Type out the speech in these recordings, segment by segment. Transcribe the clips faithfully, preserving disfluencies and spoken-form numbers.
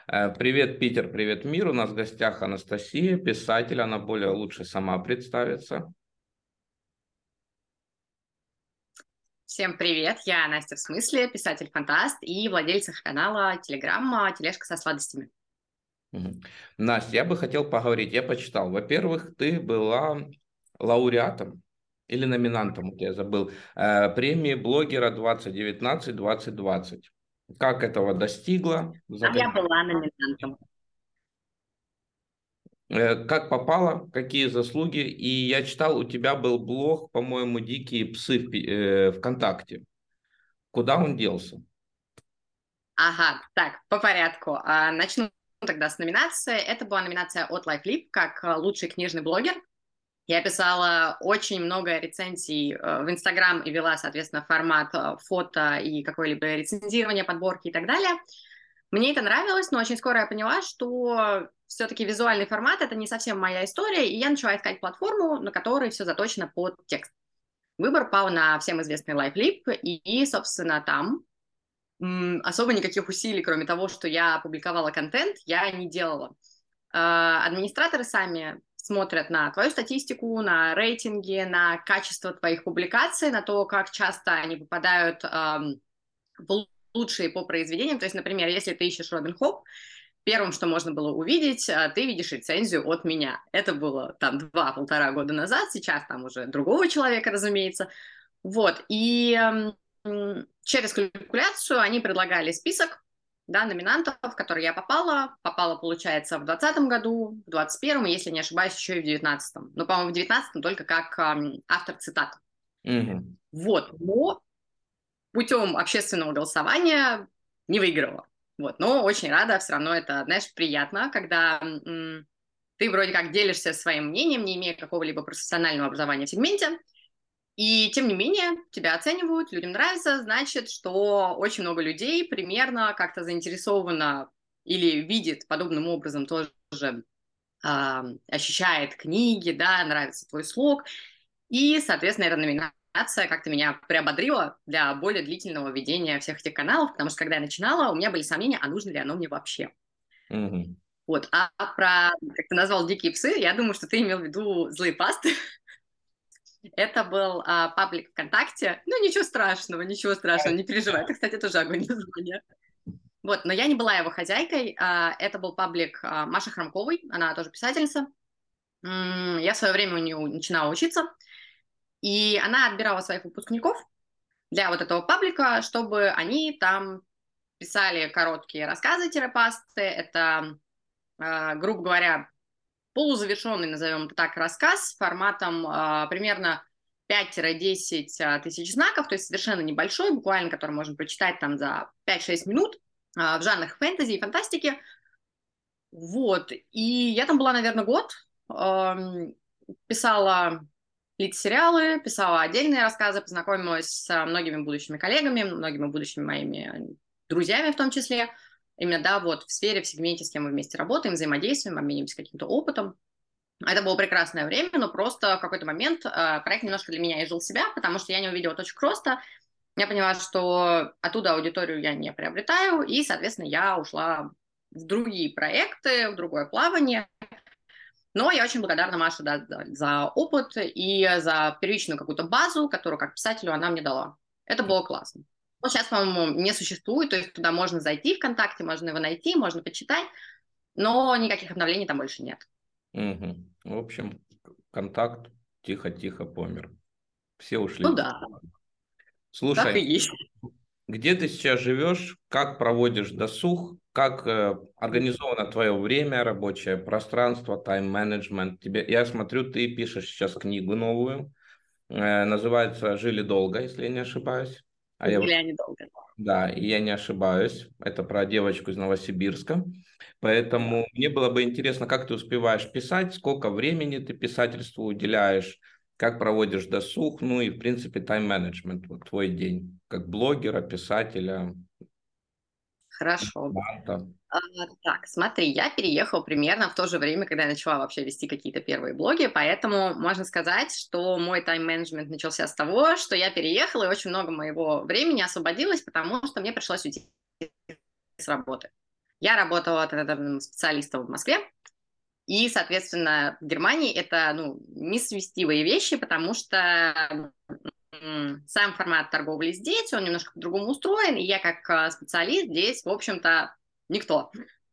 Э, Привет, Питер, привет, мир. У нас в гостях Анастасия, писатель. Она более лучше сама представится. Всем привет, я Настя в смысле, писатель-фантаст и владельца канала Телеграмма «Тележка со сладостями». Мгм. Настя, я бы хотел поговорить. Я почитал. Во-первых, ты была лауреатом или номинантом, вот я забыл, э, премии блогера двадцать девятнадцать двадцать двадцать. Как этого достигла? За А я какие- была номинантом. э, Как попала? Какие заслуги? И я читал, у тебя был блог, по-моему, «Дикие псы» в Пи- э, ВКонтакте. Куда он делся? Ага, так, по порядку. А, Начну тогда с номинации. Это была номинация от LifeLib как а, лучший книжный блогер. Я писала очень много рецензий э, в Инстаграм и вела, соответственно, формат э, фото и какое-либо рецензирование, подборки и так далее. Мне это нравилось, но очень скоро я поняла, что все-таки визуальный формат — это не совсем моя история, и я начала искать платформу, на которой все заточено под текст. Выбор пал на всем известный LiveLib, и, и, собственно, там м, особо никаких усилий, кроме того, что я публиковала контент, я не делала. А, Администраторы сами смотрят на твою статистику, на рейтинги, на качество твоих публикаций, на то, как часто они попадают ам, в лучшие по произведениям. То есть, например, если ты ищешь Робин Хоп, первым, что можно было увидеть, а, ты видишь рецензию от меня. Это было там два-полтора года назад, сейчас там уже другого человека, разумеется. Вот, и м, через калькуляцию они предлагали список, да, номинантов, в которые я попала. Попала, получается, в двадцатом году, в двадцать первом, и, если не ошибаюсь, еще и в девятнадцатом. Но, по-моему, в девятнадцатом только как ам, автор цитат. Мгм. Вот, но путем общественного голосования не выиграла. Вот, но очень рада, все равно это, знаешь, приятно, когда м, ты вроде как делишься своим мнением, не имея какого-либо профессионального образования в сегменте, и тем не менее тебя оценивают, людям нравится, значит, что очень много людей примерно как-то заинтересовано или видит подобным образом тоже, а, ощущает книги, да, нравится твой слог, и, соответственно, эта номинация как-то меня приободрила для более длительного ведения всех этих каналов, потому что, когда я начинала, у меня были сомнения, а нужно ли оно мне вообще. Мгм. Вот. А про, как ты назвал, «Дикие псы», я думаю, что ты имел в виду «Злые пасты». Это был а, паблик ВКонтакте. Ну, ничего страшного, ничего страшного, не переживай. Это, кстати, тоже огонь названия. Вот, но я не была его хозяйкой. А, это был паблик а, Маши Хромковой, она тоже писательница. М, Я в свое время у нее начинала учиться, и она отбирала своих выпускников для вот этого паблика, чтобы они там писали короткие рассказы-пасты. Это, э, грубо говоря, полузавершенный, назовем это так, рассказ форматом э, примерно пять-десять э, тысяч знаков, то есть совершенно небольшой, буквально, который можно прочитать там за пять-шесть минут э, в жанрах фэнтези и фантастики. Вот. И я там была, наверное, год. Эм, Писала лид-сериалы, писала отдельные рассказы, познакомилась с многими будущими коллегами, многими будущими моими друзьями в том числе. Именно, да, вот в сфере, в сегменте, с кем мы вместе работаем, взаимодействуем, обмениваемся каким-то опытом. Это было прекрасное время, но просто в какой-то момент э, проект немножко для меня изжил себя, потому что я не увидела точек роста. Я поняла, что оттуда аудиторию я не приобретаю, и, соответственно, я ушла в другие проекты, в другое плавание. Но я очень благодарна Маше, да, за, за опыт и за первичную какую-то базу, которую как писателю она мне дала. Это было классно. Но сейчас, по-моему, не существует, то есть туда можно зайти ВКонтакте, можно его найти, можно почитать, но никаких обновлений там больше нет. Мгм. В общем, контакт тихо-тихо помер. Все ушли Ну в да, дерьмо. так и Слушай, есть. где ты сейчас живешь? Как проводишь досуг? Как э, организовано твое время, рабочее пространство, тайм-менеджмент? Тебе, я смотрю, ты пишешь сейчас книгу новую. Э, называется «Жили долго», если я не ошибаюсь. А я Жили они долго. Да, и я не ошибаюсь. Это про девочку из Новосибирска. Да. Поэтому мне было бы интересно, как ты успеваешь писать, сколько времени ты писательству уделяешь, как проводишь досуг, ну и, в принципе, тайм-менеджмент, вот твой день, как блогера, писателя, Хорошо. манта. А, так, смотри, я переехала примерно в то же время, когда я начала вообще вести какие-то первые блоги, поэтому можно сказать, что мой тайм-менеджмент начался с того, что я переехала, и очень много моего времени освободилось, потому что мне пришлось уйти с работы. Я работала тогда специалистом в Москве, и, соответственно, в Германии это, ну, несовместимые вещи, потому что сам формат торговли здесь, он немножко по-другому устроен, и я как специалист здесь, в общем-то, никто.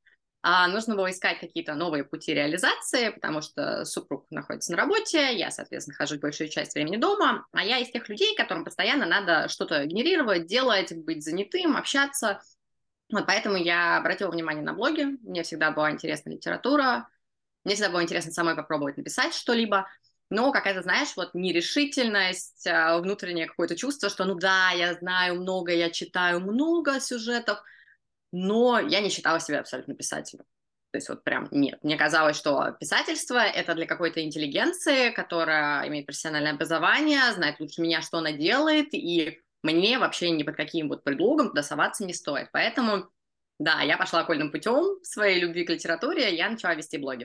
А нужно было искать какие-то новые пути реализации, потому что супруг находится на работе, я, соответственно, хожу большую часть времени дома, а я из тех людей, которым постоянно надо что-то генерировать, делать, быть занятым, общаться. Вот поэтому я обратила внимание на блоги, мне всегда была интересна литература, мне всегда было интересно самой попробовать написать что-либо, но какая-то, знаешь, вот нерешительность, внутреннее какое-то чувство, что ну да, я знаю много, я читаю много сюжетов, но я не считала себя абсолютно писателем. То есть вот прям нет. Мне казалось, что писательство — это для какой-то интеллигенции, которая имеет профессиональное образование, знает лучше меня, что она делает, и мне вообще ни под каким вот предлогом туда соваться не стоит. Поэтому, да, я пошла окольным путем в своей любви к литературе, я начала вести блоги.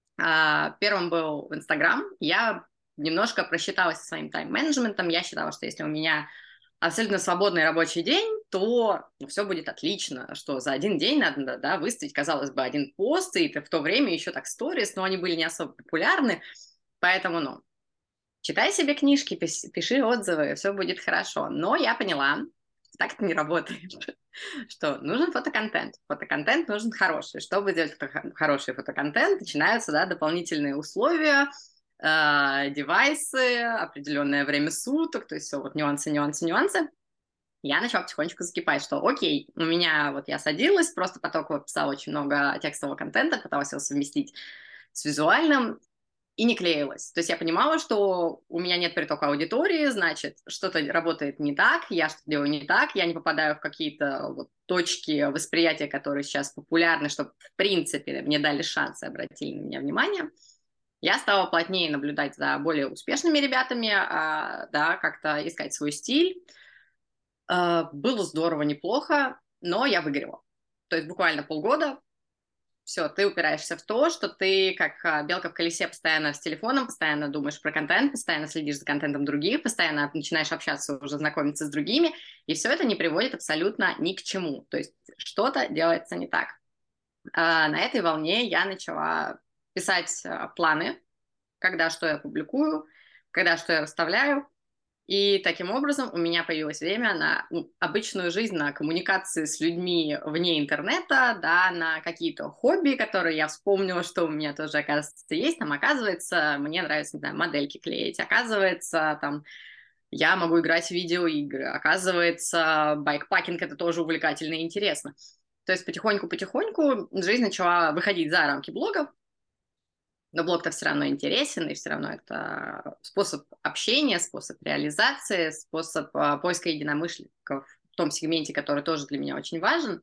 Первым был Инстаграм. Я немножко просчиталась со своим тайм-менеджментом. Я считала, что если у меня абсолютно свободный рабочий день, то ну, все будет отлично, что за один день надо, да, выставить, казалось бы, один пост, и в то время еще так сторис, но они были не особо популярны, поэтому, ну, читай себе книжки, пиши отзывы, все будет хорошо. Но я поняла, что так это не работает, что нужен фотоконтент. Фотоконтент нужен хороший. Чтобы сделать фото- хороший фотоконтент, начинаются, да, дополнительные условия, э, девайсы, определенное время суток, то есть все вот нюансы, нюансы, нюансы. Я начала потихонечку закипать, что окей, у меня вот я садилась, просто потоково писала очень много текстового контента, пыталась его совместить с визуальным, и не клеилась. То есть я понимала, что у меня нет притока аудитории, значит, что-то работает не так, я что-то делаю не так, я не попадаю в какие-то вот точки восприятия, которые сейчас популярны, чтобы, в принципе, мне дали шанс и обратили на меня внимание. Я стала плотнее наблюдать за более успешными ребятами, а, да, как-то искать свой стиль. А, было здорово, неплохо, но я выгорела. То есть буквально полгода все, ты упираешься в то, что ты как а, белка в колесе постоянно с телефоном, постоянно думаешь про контент, постоянно следишь за контентом других, постоянно начинаешь общаться, уже знакомиться с другими, и все это не приводит абсолютно ни к чему. То есть что-то делается не так. А, на этой волне я начала писать а, планы, когда что я публикую, когда что я расставляю, и таким образом у меня появилось время на ну, обычную жизнь, на коммуникации с людьми вне интернета, да, на какие-то хобби, которые я вспомнила, что у меня тоже, оказывается, есть. Там, оказывается, мне нравится, не знаю, модельки клеить. Оказывается, там, я могу играть в видеоигры. Оказывается, байкпакинг — это тоже увлекательно и интересно. То есть потихоньку-потихоньку жизнь начала выходить за рамки блогов, но блог-то все равно интересен, и все равно это способ общения, способ реализации, способ а, поиска единомышленников в том сегменте, который тоже для меня очень важен.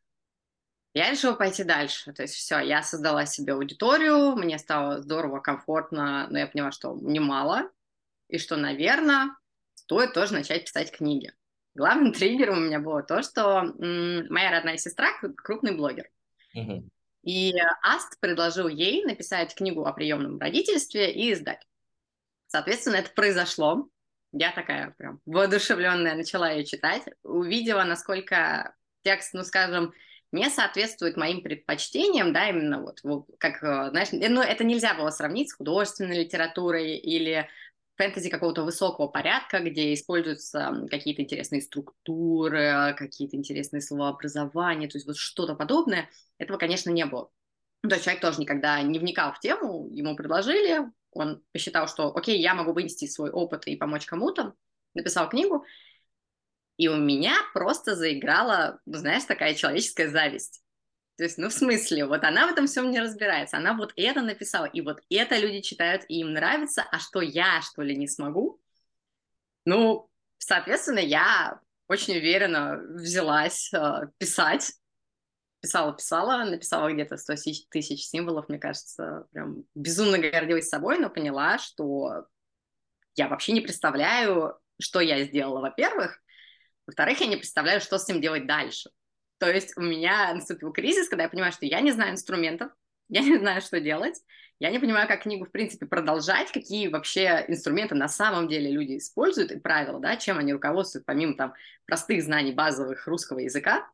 Я решила пойти дальше. То есть все, я создала себе аудиторию, мне стало здорово, комфортно, но я поняла, что немало, и что, наверное, стоит тоже начать писать книги. Главным триггером у меня было то, что м, моя родная сестра крупный блогер. Мгм. И Аст предложил ей написать книгу о приемном родительстве и издать. Соответственно, это произошло. Я такая прям воодушевленная начала ее читать, увидела, насколько текст, ну, скажем, не соответствует моим предпочтениям, да, именно вот, вот как, э, знаешь, ну, это нельзя было сравнить с художественной литературой или фэнтези какого-то высокого порядка, где используются какие-то интересные структуры, какие-то интересные словообразования, то есть вот что-то подобное. Этого, конечно, не было. Ну, то есть человек тоже никогда не вникал в тему, ему предложили, он посчитал, что окей, я могу вынести свой опыт и помочь кому-то, написал книгу, и у меня просто заиграла, ну, знаешь, такая человеческая зависть. То есть, ну, в смысле, вот она в этом всем не разбирается, она вот это написала, и вот это люди читают, и им нравится, а что я, что ли, не смогу? Ну, соответственно, я очень уверенно взялась э, писать, писала-писала, написала где-то сто тысяч символов, мне кажется, прям безумно гордилась собой, но поняла, что я вообще не представляю, что я сделала, во-первых. Во-вторых, я не представляю, что с ним делать дальше. То есть у меня наступил кризис, когда я понимаю, что я не знаю инструментов, я не знаю, что делать, я не понимаю, как книгу, в принципе, продолжать, какие вообще инструменты на самом деле люди используют и правила, да, чем они руководствуют, помимо там простых знаний базовых русского языка.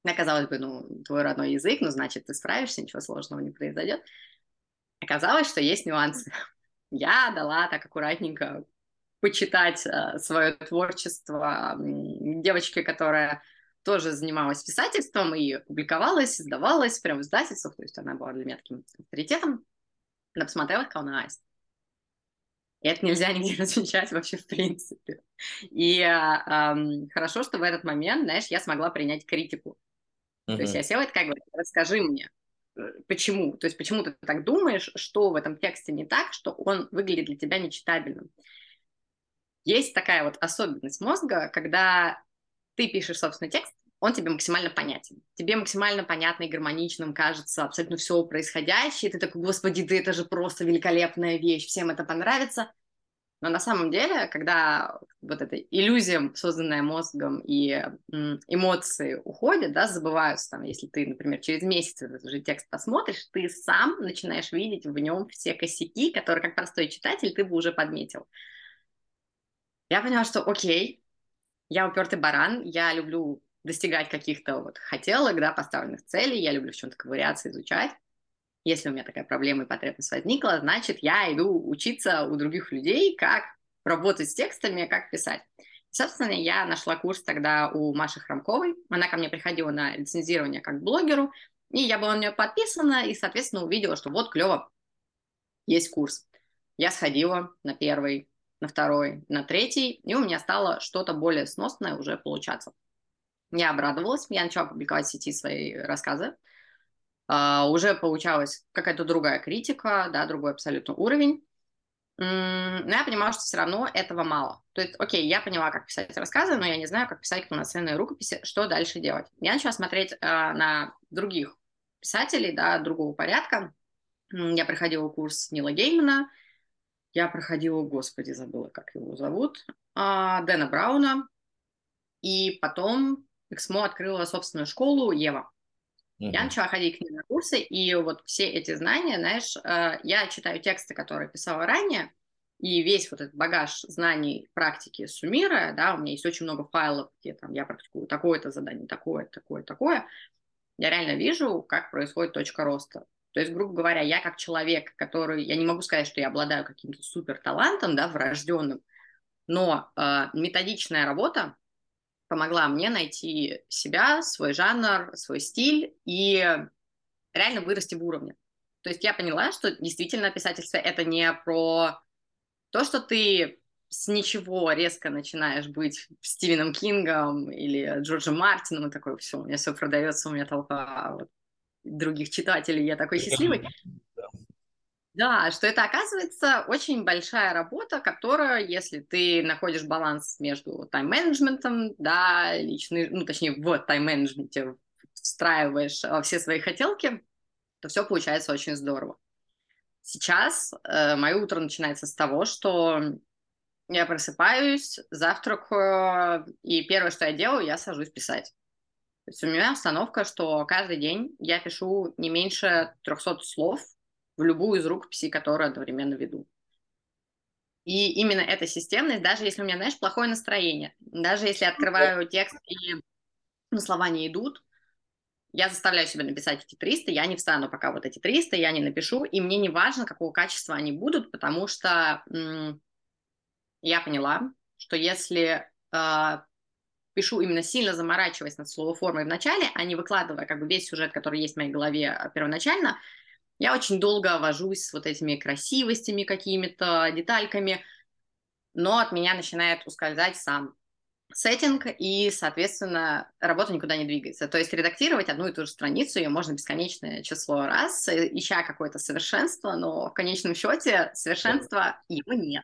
мне казалось бы, ну, твой родной язык, ну, значит, ты справишься, ничего сложного не произойдет. Оказалось, что есть нюансы. Я дала так аккуратненько почитать э, свое творчество м, девочке, которая тоже занималась писательством и публиковалась, издавалась прям в издательствах, то есть она была для меня таким авторитетом. Она посмотрела, сказала, nice. И это нельзя нигде размечать вообще в принципе. И э, эм, хорошо, что в этот момент, знаешь, я смогла принять критику. То есть Мгм. я села и такая говорю, расскажи мне, э, почему? То есть почему ты так думаешь, что в этом тексте не так, что он выглядит для тебя нечитабельным? Есть такая вот особенность мозга, когда ты пишешь собственный текст, он тебе максимально понятен. Тебе максимально понятно и гармоничным кажется абсолютно все происходящее. И ты такой, господи, да это же просто великолепная вещь, всем это понравится. Но на самом деле, когда вот эта иллюзия, созданная мозгом, и м, эмоции уходят, да, забываются, там, если ты, например, через месяц этот же текст посмотришь, ты сам начинаешь видеть в нем все косяки, которые, как простой читатель, ты бы уже подметил. Я поняла, что окей, я упертый баран, я люблю достигать каких-то вот хотелок, да, поставленных целей, я люблю в чем-то ковыряться, изучать. Если у меня такая проблема и потребность возникла, значит, я иду учиться у других людей, как работать с текстами, как писать. Собственно, я нашла курс тогда у Маши Хромковой. Она ко мне приходила на лицензирование как блогеру, и я была на нее подписана, и, соответственно, увидела, что вот клево, есть курс. Я сходила на первый, на второй, на третий, и у меня стало что-то более сносное уже получаться. Я обрадовалась, я начала публиковать в сети свои рассказы. Uh, уже получалась какая-то другая критика, да, другой абсолютно уровень. Mm, но я понимала, что все равно этого мало. То есть, окей, я поняла, как писать рассказы, но я не знаю, как писать полноценные рукописи, что дальше делать. Я начала смотреть uh, на других писателей, да, другого порядка. Mm, я проходила курс Нила Геймана, я проходила, господи, забыла, как его зовут, uh, Дэна Брауна, и потом Эксмо открыла собственную школу Ева. Я Мгм. начала ходить к ним на курсы, и вот все эти знания, знаешь, э, я читаю тексты, которые писала ранее, и весь вот этот багаж знаний, практики суммируя, да, у меня есть очень много файлов, где там я практикую такое-то задание, такое, такое, такое, я реально вижу, как происходит точка роста. То есть, грубо говоря, я как человек, который, я не могу сказать, что я обладаю каким-то супер талантом, да, врожденным, но э, методичная работа помогла мне найти себя, свой жанр, свой стиль и реально вырасти в уровне. То есть я поняла, что действительно писательство — это не про то, что ты с ничего резко начинаешь быть Стивеном Кингом или Джорджем Мартином, и такой, все, у меня все продается, у меня толпа вот других читателей, я такой счастливый. Да, что это оказывается очень большая работа, которая, если ты находишь баланс между тайм-менеджментом, да, личный, ну, точнее, в тайм-менеджменте встраиваешь э, все свои хотелки, то все получается очень здорово. Сейчас э, мое утро начинается с того, что я просыпаюсь, завтракаю, и первое, что я делаю, я сажусь писать. То есть у меня установка, что каждый день я пишу не меньше трехсот слов в любую из рукописей, которые одновременно веду. И именно эта системность, даже если у меня, знаешь, плохое настроение, даже если я открываю текст и ну, слова не идут, я заставляю себя написать эти триста, я не встану, пока вот эти триста я не напишу, и мне не важно, какого качества они будут, потому что м, я поняла, что если э, пишу именно сильно заморачиваясь над словоформой в начале, а не выкладывая как бы весь сюжет, который есть в моей голове э, первоначально, я очень долго вожусь с вот этими красивостями какими-то, детальками, но от меня начинает ускользать сам сеттинг, и, соответственно, работа никуда не двигается. То есть редактировать одну и ту же страницу ее можно бесконечное число раз, э, ища какое-то совершенство, но в конечном счете совершенства его нет.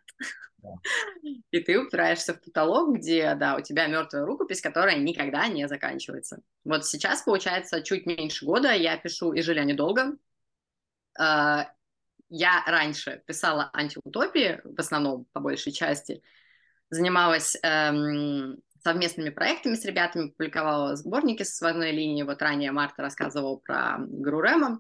И ты упираешься в потолок, где, да, у тебя мертвая рукопись, которая никогда не заканчивается. Вот сейчас, получается, чуть меньше года я пишу «И жили они долго». А, Я раньше писала антиутопии, в основном, по большей части, занималась эм, совместными проектами с ребятами, публиковала сборники со сводной линии. Вот ранее Марта рассказывала про игру Рэма.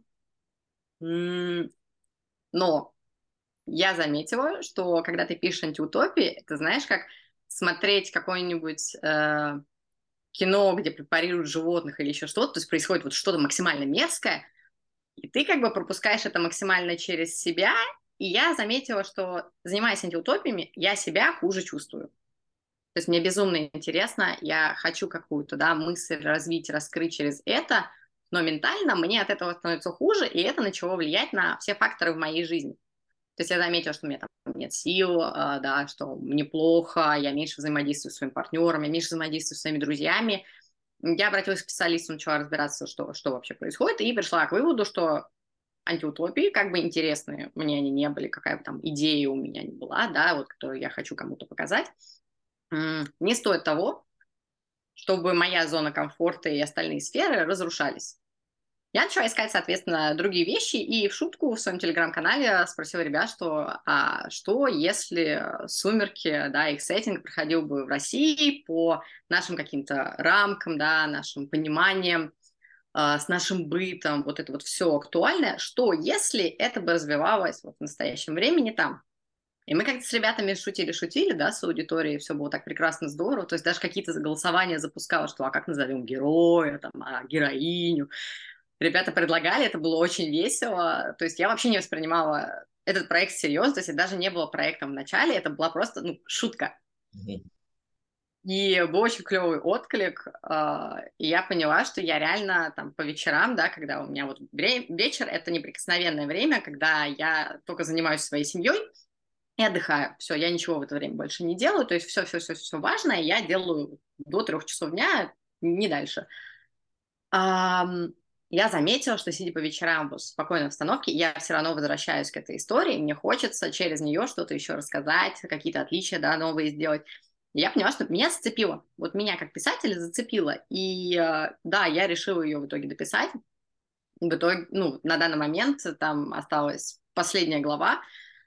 М, Но я заметила, что когда ты пишешь антиутопии, это знаешь, как смотреть какой-нибудь э, кино, где препарируют животных или еще что-то, то есть происходит вот что-то максимально мерзкое, и ты как бы пропускаешь это максимально через себя, и я заметила, что, занимаясь антиутопиями, я себя хуже чувствую. То есть мне безумно интересно, я хочу какую-то, да, мысль развить, раскрыть через это, но ментально мне от этого становится хуже, и это начало влиять на все факторы в моей жизни. То есть я заметила, что у меня там нет сил, э, да, что мне плохо, я меньше взаимодействую с своим партнером, я меньше взаимодействую с своими друзьями. Я обратилась к специалисту, начала разбираться, что, что вообще происходит, и пришла к выводу, что антиутопии, как бы интересные мне они не были, какая бы там идея у меня не была, да, вот, которую я хочу кому-то показать, не стоит того, чтобы моя зона комфорта и остальные сферы разрушались. Я начала искать, соответственно, другие вещи, и в шутку в своем телеграм-канале спросила ребят, что, а что если «Сумерки», да, их сеттинг проходил бы в России по нашим каким-то рамкам, да, нашим пониманиям, э, с нашим бытом, вот это вот все актуальное, что если это бы развивалось вот в настоящем времени там? И мы как-то с ребятами шутили-шутили, да, с аудиторией, все было так прекрасно, здорово, то есть даже какие-то голосования запускала, что а как назовем героя, там, а героиню. Ребята предлагали, это было очень весело, то есть я вообще не воспринимала этот проект серьезно, то есть это даже не было проектом в начале, это была просто, ну, шутка. Мгм. И был очень клевый отклик, а, и я поняла, что я реально там по вечерам, да, когда у меня вот вре- вечер, это неприкосновенное время, когда я только занимаюсь своей семьей, и отдыхаю. Все, я ничего в это время больше не делаю. То есть все-все-все-все важное я делаю до трех часов дня, не дальше. Ам, я заметила, что сидя по вечерам в спокойной обстановке, я все равно возвращаюсь к этой истории, мне хочется через нее что-то еще рассказать, какие-то отличия, да, новые сделать. И я поняла, что меня зацепило. Вот меня как писателя зацепило. И э, да, я решила ее в итоге дописать. В итоге, ну, на данный момент там осталась последняя глава.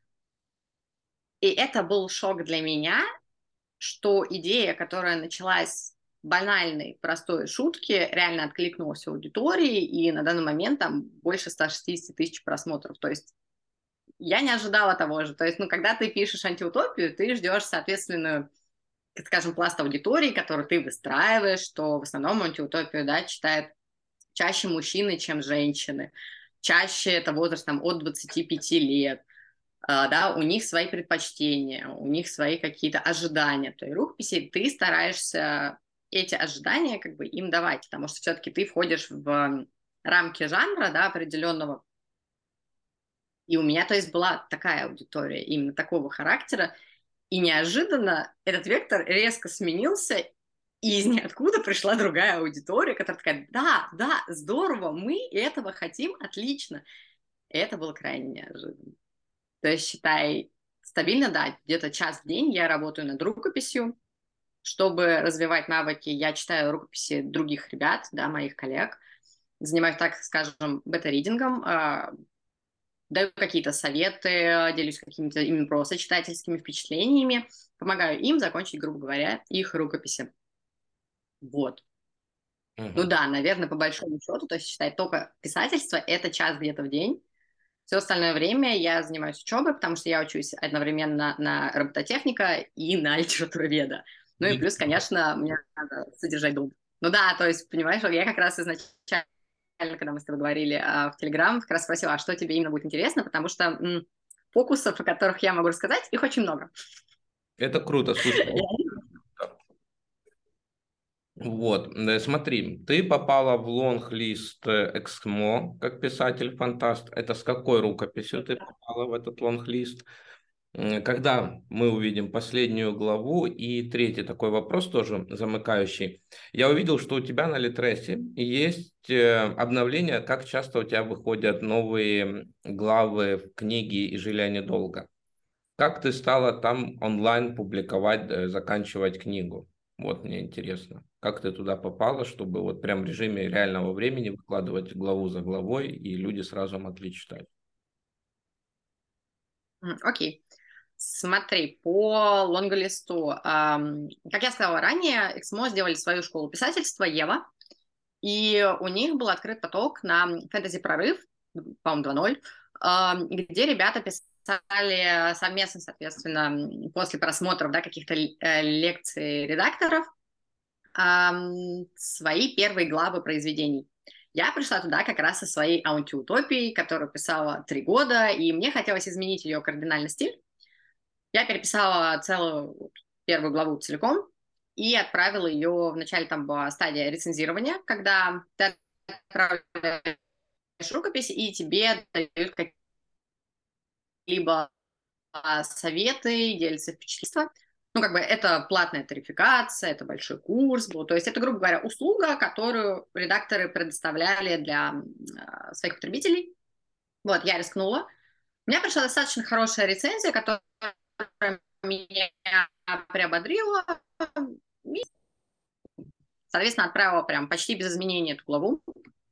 И это был шок для меня, что идея, которая началась банальной, простой шутки, реально откликнулась в аудитории, и на данный момент там больше ста шестидесяти тысяч просмотров. То есть я не ожидала того же. То есть, ну, когда ты пишешь антиутопию, ты ждешь, соответственно, так скажем, пласт аудитории, который ты выстраиваешь, что в основном антиутопию, да, читают чаще мужчины, чем женщины. Чаще это возраст там от двадцати пяти лет. А, да, у них свои предпочтения, у них свои какие-то ожидания той рукописи, ты стараешься эти ожидания как бы им давать, потому что все-таки ты входишь в рамки жанра, да, определенного, и у меня, то есть, была такая аудитория, именно такого характера, и неожиданно этот вектор резко сменился, и из ниоткуда пришла другая аудитория, которая такая, да, да, здорово, мы этого хотим, отлично. И это было крайне неожиданно. То есть, считай, стабильно, да, где-то час в день я работаю над рукописью. Чтобы развивать навыки, я читаю рукописи других ребят, да, моих коллег. Занимаюсь, так скажем, бета-ридингом, э, даю какие-то советы, делюсь какими-то именно просто читательскими впечатлениями, помогаю им закончить, грубо говоря, их рукописи. Вот. Ну Мгм. да, наверное, по большому счету, то есть, считай, только писательство — это час где-то в день. Все остальное время я занимаюсь учебой, потому что я учусь одновременно на робототехника и на литературоведа. Ну и плюс, конечно, мне надо содержать дом. Ну да, то есть, понимаешь, вот я как раз изначально, когда мы с тобой говорили а, в Телеграм, как раз спросила, а что тебе именно будет интересно, потому что м, фокусов, о которых я могу рассказать, их очень много. Это круто, слушай. Вот, э, смотри, ты попала в лонг-лист э, Эксмо как писатель-фантаст. Это с какой рукописью ты попала в этот лонг-лист? М, Когда мы увидим последнюю главу? И третий такой вопрос тоже замыкающий. Я увидел, что у тебя на Литресе есть э, обновление, как часто у тебя выходят новые главы в книге «И жили они долго». Как ты стала там онлайн публиковать, э, заканчивать книгу? Вот мне интересно. Как ты туда попала, чтобы вот прям в режиме реального времени выкладывать главу за главой, и люди сразу могли читать? М, Окей. Смотри, по лонголисту, ам, как я сказала ранее, Эксмо сделали свою школу писательства «Ева», и у них был открыт поток на фэнтези-прорыв, по-моему, два ноль, ам, где ребята писали совместно, соответственно, м, после просмотров, да, каких-то э, лекций редакторов, Ам, свои первые главы произведений. Я пришла туда как раз со своей антиутопией, которую писала три года, и мне хотелось изменить ее кардинальный стиль. Я переписала целую вот первую главу целиком и отправила ее, вначале там была стадия рецензирования, когда ты отправляешь рукопись, и тебе дают какие-либо а, советы, делятся впечатлительства. Ну, как бы это платная тарификация, это большой курс был. То есть это, грубо говоря, услуга, которую редакторы предоставляли для э, своих потребителей. Вот, я рискнула. У меня пришла достаточно хорошая рецензия, которая меня приободрила. И, соответственно, отправила прям почти без изменений эту главу.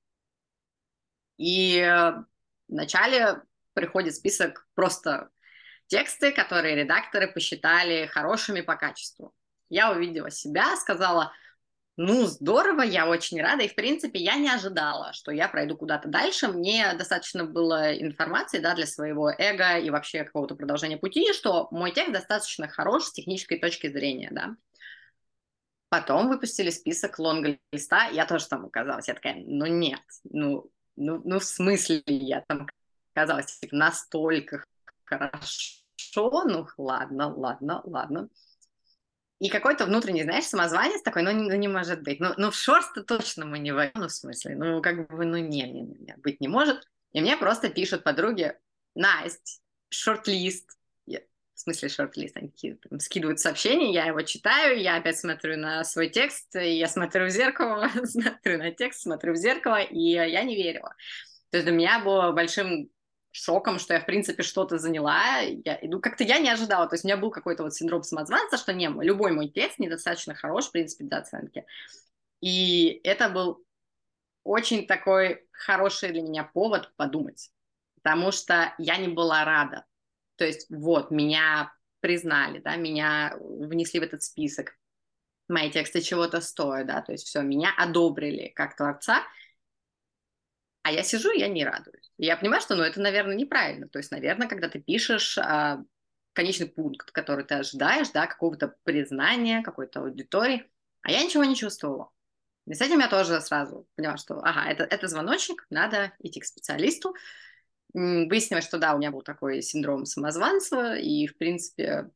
И э, вначале приходит список просто тексты, которые редакторы посчитали хорошими по качеству. Я увидела себя, сказала, ну, здорово, я очень рада, и, в принципе, я не ожидала, что я пройду куда-то дальше. Мне достаточно было информации, да, для своего эго и вообще какого-то продолжения пути, что мой текст достаточно хорош с технической точки зрения, да. Потом выпустили список лонг-листа, я тоже там оказалась. Я такая, ну, нет, ну, ну, ну в смысле я там оказалась настолько хорошо, ну, ладно, ладно, ладно. И какой-то внутренний, знаешь, самозванец такой, ну, не, ну, не может быть. Ну, ну в шорст-то точно мы не войдем, ну, в смысле, ну, как бы, ну, не, не, не, быть не может. И мне просто пишут подруги, Настя, шорт-лист. Я, в смысле шорт-лист? Они там скидывают сообщения, я его читаю, я опять смотрю на свой текст, и я смотрю в зеркало, смотрю на текст, смотрю в зеркало, и я не верила. То есть для меня было большим шоком, что я, в принципе, что-то заняла. Я, ну, как-то я не ожидала. То есть у меня был какой-то вот синдром самозванца, что не, любой мой текст недостаточно хорош, в принципе, для оценки. И это был очень такой хороший для меня повод подумать. Потому что я не была рада. То есть вот, меня признали, да, меня внесли в этот список. Мои тексты чего-то стоят, да, то есть все, меня одобрили как творца. А я сижу, я не радуюсь. И я понимаю, что, ну, это, наверное, неправильно. То есть, наверное, когда ты пишешь а, конечный пункт, который ты ожидаешь, да, какого-то признания, какой-то аудитории, а я ничего не чувствовала. И с этим я тоже сразу поняла, что, ага, это, это звоночек, надо идти к специалисту. Выяснилось, что, да, у меня был такой синдром самозванца, и, в принципе,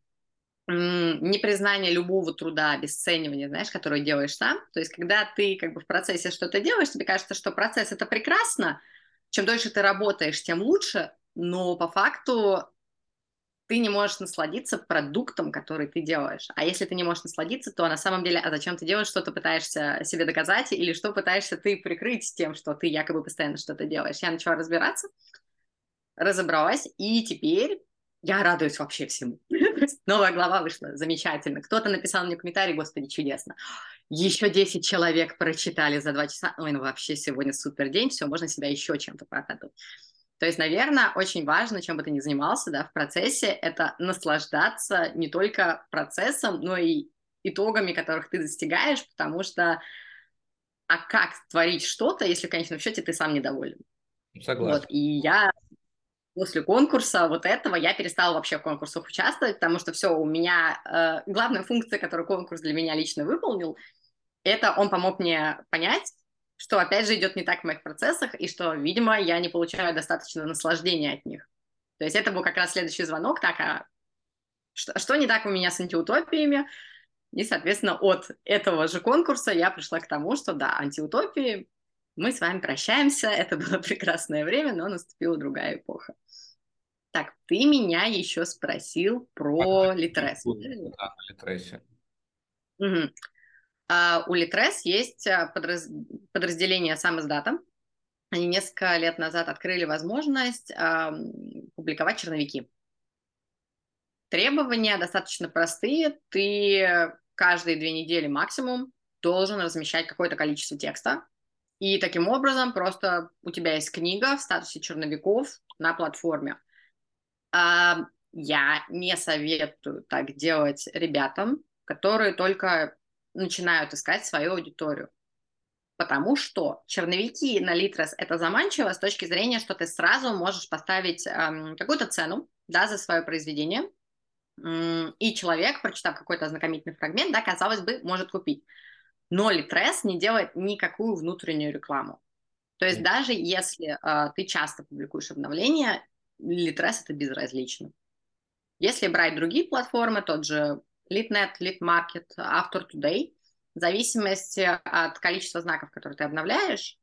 непризнание любого труда, обесценивание, знаешь, которое делаешь сам. То есть, когда ты как бы в процессе что-то делаешь, тебе кажется, что процесс — это прекрасно, чем дольше ты работаешь, тем лучше, но по факту ты не можешь насладиться продуктом, который ты делаешь. А если ты не можешь насладиться, то на самом деле, а зачем ты делаешь, что ты пытаешься себе доказать, или что пытаешься ты прикрыть тем, что ты якобы постоянно что-то делаешь. Я начала разбираться, разобралась, и теперь я радуюсь вообще всему. Новая глава вышла, замечательно. Кто-то написал мне комментарий, господи, чудесно. Еще десять человек прочитали за два часа. Ой, ну вообще сегодня супер день, все, можно себя еще чем-то порадовать. То есть, наверное, очень важно, чем бы ты ни занимался, да, в процессе, это наслаждаться не только процессом, но и итогами, которых ты достигаешь, потому что а как творить что-то, если в конечном счете ты сам недоволен? Вот, Согласен. и я после конкурса вот этого я перестала вообще в конкурсах участвовать, потому что все, у меня э, главная функция, которую конкурс для меня лично выполнил, это он помог мне понять, что опять же идет не так в моих процессах, и что, видимо, я не получаю достаточно наслаждения от них. То есть это был как раз следующий звонок, так, а что, что не так у меня с антиутопиями? И, соответственно, от этого же конкурса я пришла к тому, что да, антиутопии, мы с вами прощаемся, это было прекрасное время, но наступила другая эпоха. Так, ты меня еще спросил про Литрес. Да, на Литресе. Угу. А, у Литрес есть подраз... подразделение сам издата. Они несколько лет назад открыли возможность а, публиковать черновики. Требования достаточно простые. Ты каждые две недели максимум должен размещать какое-то количество текста. И таким образом просто у тебя есть книга в статусе черновиков на платформе. А, я не советую так делать ребятам, которые только начинают искать свою аудиторию. Потому что черновики на Литрес — это заманчиво с точки зрения, что ты сразу можешь поставить эм, какую-то цену, да, за свое произведение, эм, и человек, прочитав какой-то ознакомительный фрагмент, да, казалось бы, может купить. Но Litres не делает никакую внутреннюю рекламу. То есть даже если э, ты часто публикуешь обновления, Litres это безразлично. Если брать другие платформы, тот же LeadNet, LeadMarket, After Today, в зависимости от количества знаков, которые ты обновляешь,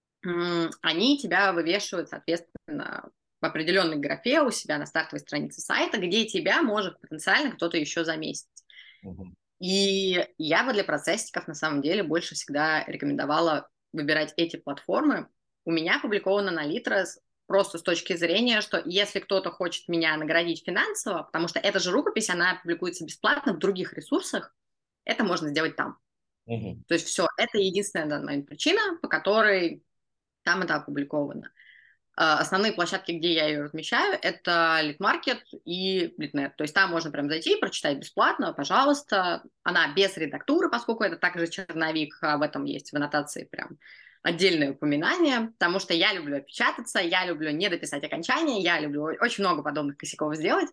они тебя вывешивают, соответственно, в определенной графе у себя на стартовой странице сайта, где тебя может потенциально кто-то еще заметить. Uh-huh. И я бы для процессиков на самом деле больше всегда рекомендовала выбирать эти платформы. У меня опубликовано на Litres просто с точки зрения, что если кто-то хочет меня наградить финансово, потому что эта же рукопись, она публикуется бесплатно в других ресурсах, это можно сделать там. Uh-huh. То есть все, это единственная на данный момент причина, по которой там это опубликовано. Основные площадки, где я ее размещаю, это LeadMarket и LeadNet. То есть там можно прям зайти, прочитать бесплатно, пожалуйста. Она без редактуры, поскольку это также черновик, об этом есть в аннотации прям отдельное упоминание, потому что я люблю опечататься, я люблю не дописать окончание, я люблю очень много подобных косяков сделать.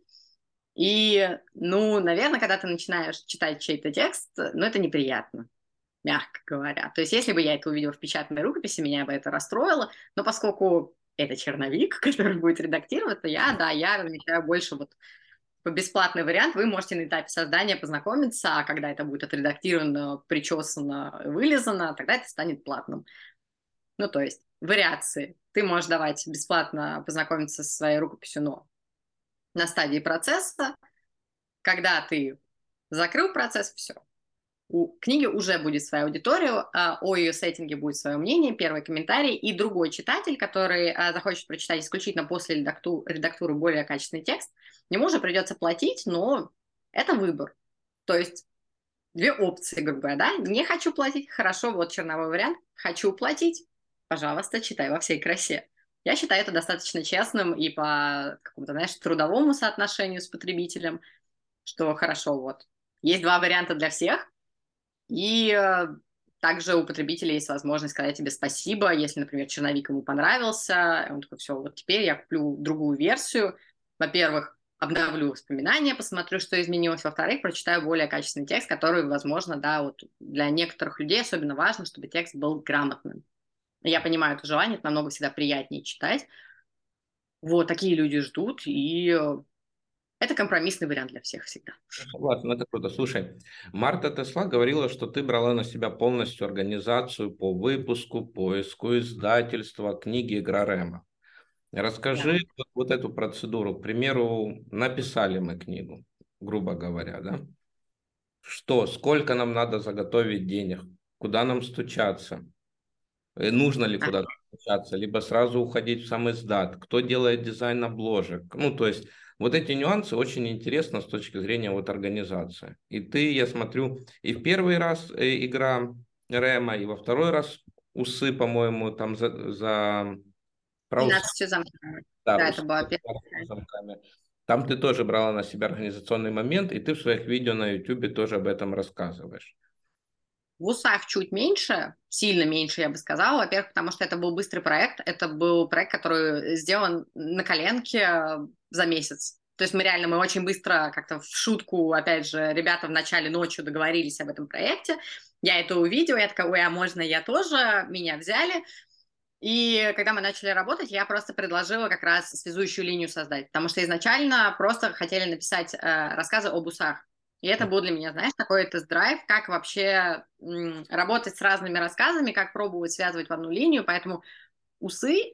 И, ну, наверное, когда ты начинаешь читать чей-то текст, ну, это неприятно, мягко говоря. То есть если бы я это увидела в печатной рукописи, меня бы это расстроило, но поскольку это черновик, который будет редактироваться, я, да, я размещаю больше вот бесплатный вариант, вы можете на этапе создания познакомиться, а когда это будет отредактировано, причесано, вылизано, тогда это станет платным. Ну, то есть вариации. Ты можешь давать бесплатно познакомиться со своей рукописью, но на стадии процесса, когда ты закрыл процесс, все. У книги уже будет своя аудитория, о ее сеттинге будет свое мнение, первый комментарий, и другой читатель, который захочет прочитать исключительно после редакту- редактуры более качественный текст, ему уже придется платить, но это выбор. То есть две опции, грубо говоря, да? Не хочу платить, хорошо, вот черновой вариант, хочу платить, пожалуйста, читай во всей красе. Я считаю это достаточно честным и по какому-то, знаешь, трудовому соотношению с потребителем, что хорошо, вот. Есть два варианта для всех, и э, также у потребителя есть возможность сказать тебе спасибо, если, например, черновик ему понравился, он такой, все, вот теперь я куплю другую версию. Во-первых, обновлю воспоминания, посмотрю, что изменилось. Во-вторых, прочитаю более качественный текст, который, возможно, да, вот для некоторых людей особенно важно, чтобы текст был грамотным. Я понимаю это желание, это намного всегда приятнее читать. Вот, такие люди ждут, и это компромиссный вариант для всех всегда. Ладно, это круто. Слушай, Марта Тесла говорила, что ты брала на себя полностью организацию по выпуску, поиску издательства, книги Грарема. Расскажи да. вот, вот эту процедуру. К примеру, написали мы книгу, грубо говоря, да? Что, сколько нам надо заготовить денег? Куда нам стучаться? Нужно ли куда-то стучаться? Либо сразу уходить в сам издат? Кто делает дизайн обложек? Ну, то есть вот эти нюансы очень интересны с точки зрения вот организации. И ты, я смотрю, и в первый раз игра Рема, и во второй раз усы, по-моему, там за... за... двенадцатью замками. Да, да усы, это была первая. замками. Там ты тоже брала на себя организационный момент, и ты в своих видео на YouTube тоже об этом рассказываешь. В усах чуть меньше, сильно меньше, я бы сказала. Во-первых, потому что это был быстрый проект. Это был проект, который сделан на коленке за месяц. То есть мы реально, мы очень быстро как-то в шутку, опять же, ребята в начале ночью договорились об этом проекте. Я это увидела, я такая, ой, а можно я тоже? Меня взяли. И когда мы начали работать, я просто предложила как раз связующую линию создать. Потому что изначально просто хотели написать э, рассказы об усах. И это был для меня, знаешь, такой тест-драйв, как вообще м, работать с разными рассказами, как пробовать связывать в одну линию. Поэтому усы...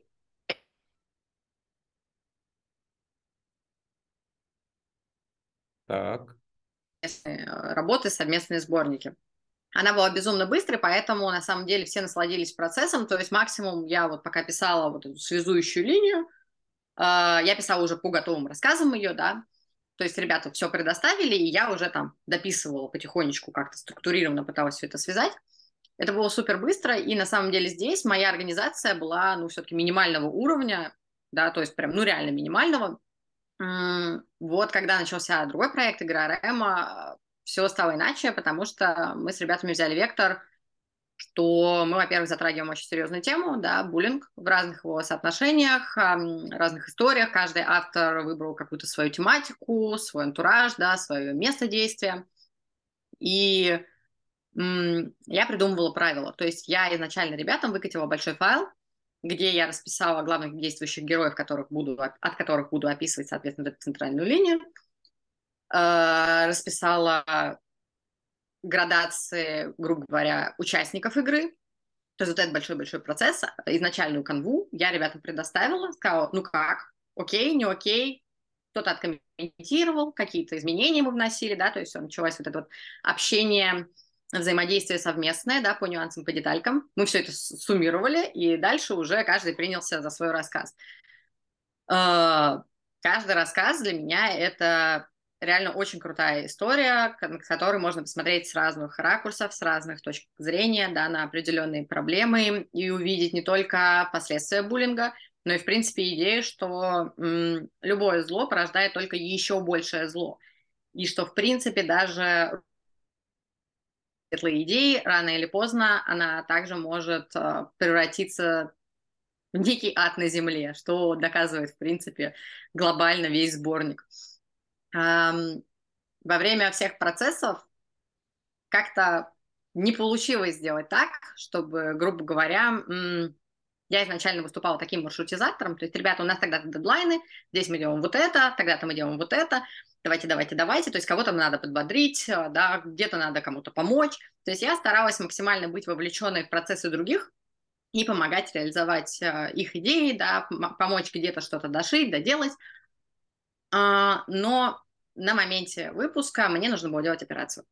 Так. Работы, совместные сборники. Она была безумно быстрой, поэтому на самом деле все насладились процессом. То есть максимум я вот пока писала вот эту связующую линию, э, я писала уже по готовым рассказам ее, да. То есть ребята все предоставили, и я уже там дописывала потихонечку, как-то структурированно пыталась все это связать. Это было супер быстро, и на самом деле здесь моя организация была, ну, все-таки минимального уровня, да, то есть прям, ну, реально минимального. Вот когда начался другой проект «Игра Рема», все стало иначе, потому что мы с ребятами взяли вектор, что мы, во-первых, затрагиваем очень серьезную тему, да, буллинг в разных его соотношениях, разных историях. Каждый автор выбрал какую-то свою тематику, свой антураж, да, свое место действия. И я придумывала правила. То есть я изначально ребятам выкатила большой файл, где я расписала главных действующих героев, которых буду, от которых буду описывать, соответственно, эту центральную линию. Расписала градации, грубо говоря, участников игры. То есть вот этот большой-большой процесс, изначальную канву я ребятам предоставила, сказала, ну как, окей, не окей, кто-то откомментировал, какие-то изменения мы вносили, да, то есть началось вот это вот общение, взаимодействие совместное, да, по нюансам, по деталькам. Мы все это суммировали, и дальше уже каждый принялся за свой рассказ. Каждый рассказ для меня это реально очень крутая история, на которой можно посмотреть с разных ракурсов, с разных точек зрения, да, на определенные проблемы и увидеть не только последствия буллинга, но и, в принципе, идею, что м, любое зло порождает только еще большее зло. И что, в принципе, даже светлые идеи, рано или поздно, она также может э, превратиться в некий ад на земле, что доказывает, в принципе, глобально весь сборник. Эм, во время всех процессов как-то не получилось сделать так, чтобы, грубо говоря, я изначально выступала таким маршрутизатором, то есть, ребята, у нас тогда-то дедлайны, здесь мы делаем вот это, тогда-то мы делаем вот это, давайте, давайте, давайте, то есть кого-то надо подбодрить, да, где-то надо кому-то помочь, то есть я старалась максимально быть вовлеченной в процессы других и помогать реализовать их идеи, да, помочь где-то что-то дошить, доделать, но на моменте выпуска мне нужно было делать операцию.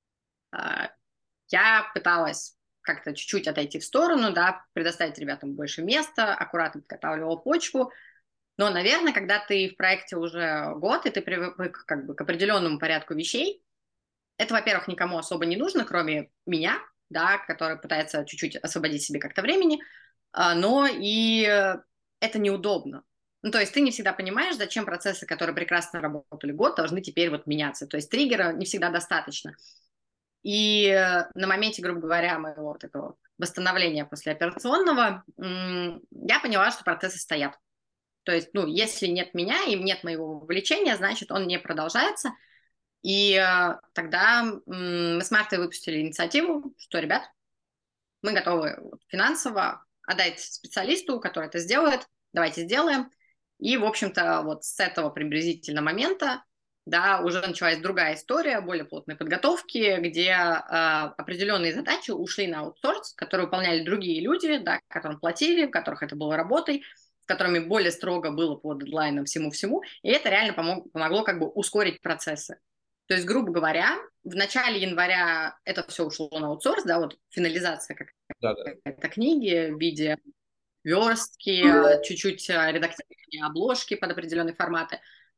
Я пыталась как-то чуть-чуть отойти в сторону, да, предоставить ребятам больше места, аккуратно подготавливала почву. Но, наверное, когда ты в проекте уже год, и ты привык как бы к определенному порядку вещей, это, во-первых, никому особо не нужно, кроме меня, да, который пытается чуть-чуть освободить себе как-то времени, но и это неудобно. Ну, то есть ты не всегда понимаешь, зачем процессы, которые прекрасно работали год, должны теперь вот меняться. То есть триггера не всегда достаточно. И на моменте, грубо говоря, моего вот этого восстановления послеоперационного я поняла, что процессы стоят. То есть, ну, если нет меня и нет моего вовлечения, значит, он не продолжается. И тогда мы с Мартой выпустили инициативу, что, ребят, мы готовы финансово отдать специалисту, который это сделает, давайте сделаем. И, в общем-то, вот с этого приблизительно момента, да, уже началась другая история, более плотной подготовки, где э, определенные задачи ушли на аутсорс, которые выполняли другие люди, да, которым платили, у которых это было работой, с которыми более строго было по дедлайнам всему-всему, и это реально помог, помогло как бы ускорить процессы. То есть, грубо говоря, в начале января это все ушло на аутсорс, да, вот финализация какой-то книги в виде верстки, чуть-чуть редактирование обложки под определенные форматы.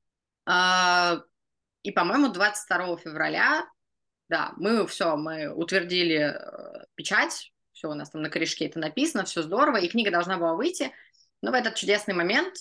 И, по-моему, двадцать второго февраля, да, мы все, мы утвердили печать, все у нас там на корешке это написано, все здорово, и книга должна была выйти, но в этот чудесный момент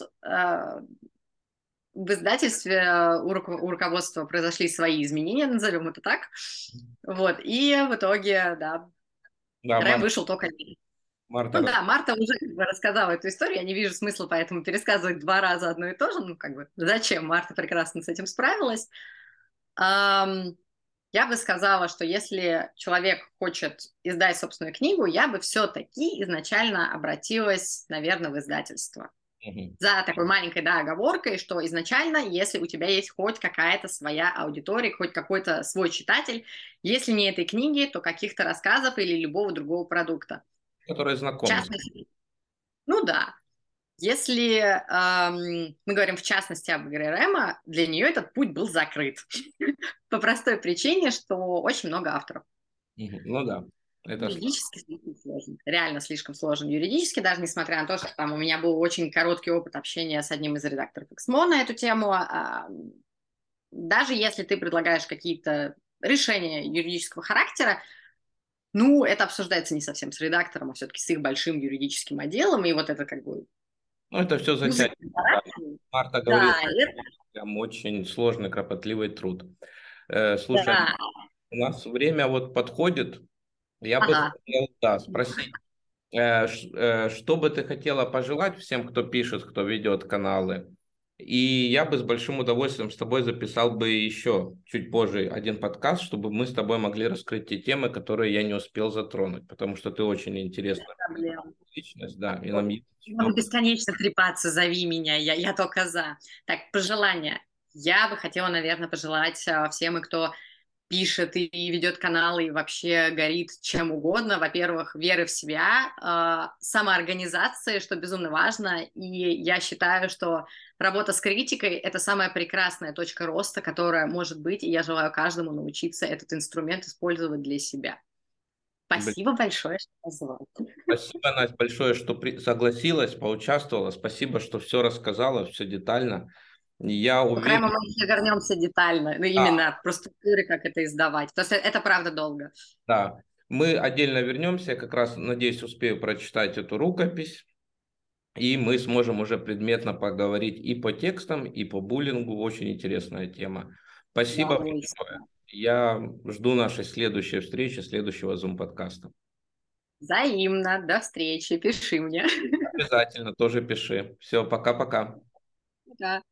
в издательстве у, руко- у руководства произошли свои изменения, назовем это так, вот, и в итоге, да, Да, Рэм Марта, вышел только... Марта Ну рас- да, Марта уже как бы рассказала эту историю, я не вижу смысла поэтому пересказывать два раза одно и то же, ну как бы зачем, Марта прекрасно с этим справилась. Ам, я бы сказала, что если человек хочет издать собственную книгу, я бы все-таки изначально обратилась, наверное, в издательство. Мгм. За такой маленькой, да, оговоркой, что изначально, если у тебя есть хоть какая-то своя аудитория, хоть какой-то свой читатель, если не этой книги, то каких-то рассказов или любого другого продукта. Которые В знакомы. частности, ну да, если эм, мы говорим в частности об игре Рема, для нее этот путь был закрыт. По простой причине, что очень много авторов. Мгм. Ну да, это ж- Юридически слишком сложно. Реально слишком сложен юридически, даже несмотря на то, что там у меня был очень короткий опыт общения с одним из редакторов Эксмо на эту тему. А, даже если ты предлагаешь какие-то решения юридического характера, ну, это обсуждается не совсем с редактором, а все-таки с их большим юридическим отделом, и вот это как бы ну, это все узы. затягивает. Да. Марта говорила, Да, это, прям очень сложный, кропотливый труд. Э, слушай, да. у нас время вот подходит. Я бы Ага. хотел, да, спросить, э, ш- э, что бы ты хотела пожелать всем, кто пишет, кто ведет каналы, И я бы с большим удовольствием с тобой записал бы еще чуть позже один подкаст, чтобы мы с тобой могли раскрыть те темы, которые я не успел затронуть, потому что ты очень интересная Проблем. личность, да, и нам есть Можно что- бесконечно трепаться, зови меня, я, я только за. Так, пожелания. Я бы хотела, наверное, пожелать а, всем, и кто пишет и ведет канал, и вообще горит чем угодно. Во-первых, веры в себя, э, самоорганизации, что безумно важно. И я считаю, что работа с критикой — это самая прекрасная точка роста, которая может быть, и я желаю каждому научиться этот инструмент использовать для себя. Спасибо большое, что позвал. Спасибо, Настя, большое, что при- согласилась, поучаствовала. Спасибо, что все рассказала, все детально. Я У Крайма уверен, мы еще вернемся детально, ну, да, именно про структуры, как это издавать. Потому что это правда долго. да. Мы отдельно вернемся. Я как раз, надеюсь, успею прочитать эту рукопись. И мы сможем уже предметно поговорить и по текстам, и по буллингу. Очень интересная тема. Спасибо большое. Удовольствие. Я жду нашей следующей встречи, следующего Zoom-подкаста. Взаимно. До встречи. Пиши мне. Обязательно тоже пиши. Все, пока-пока. Да.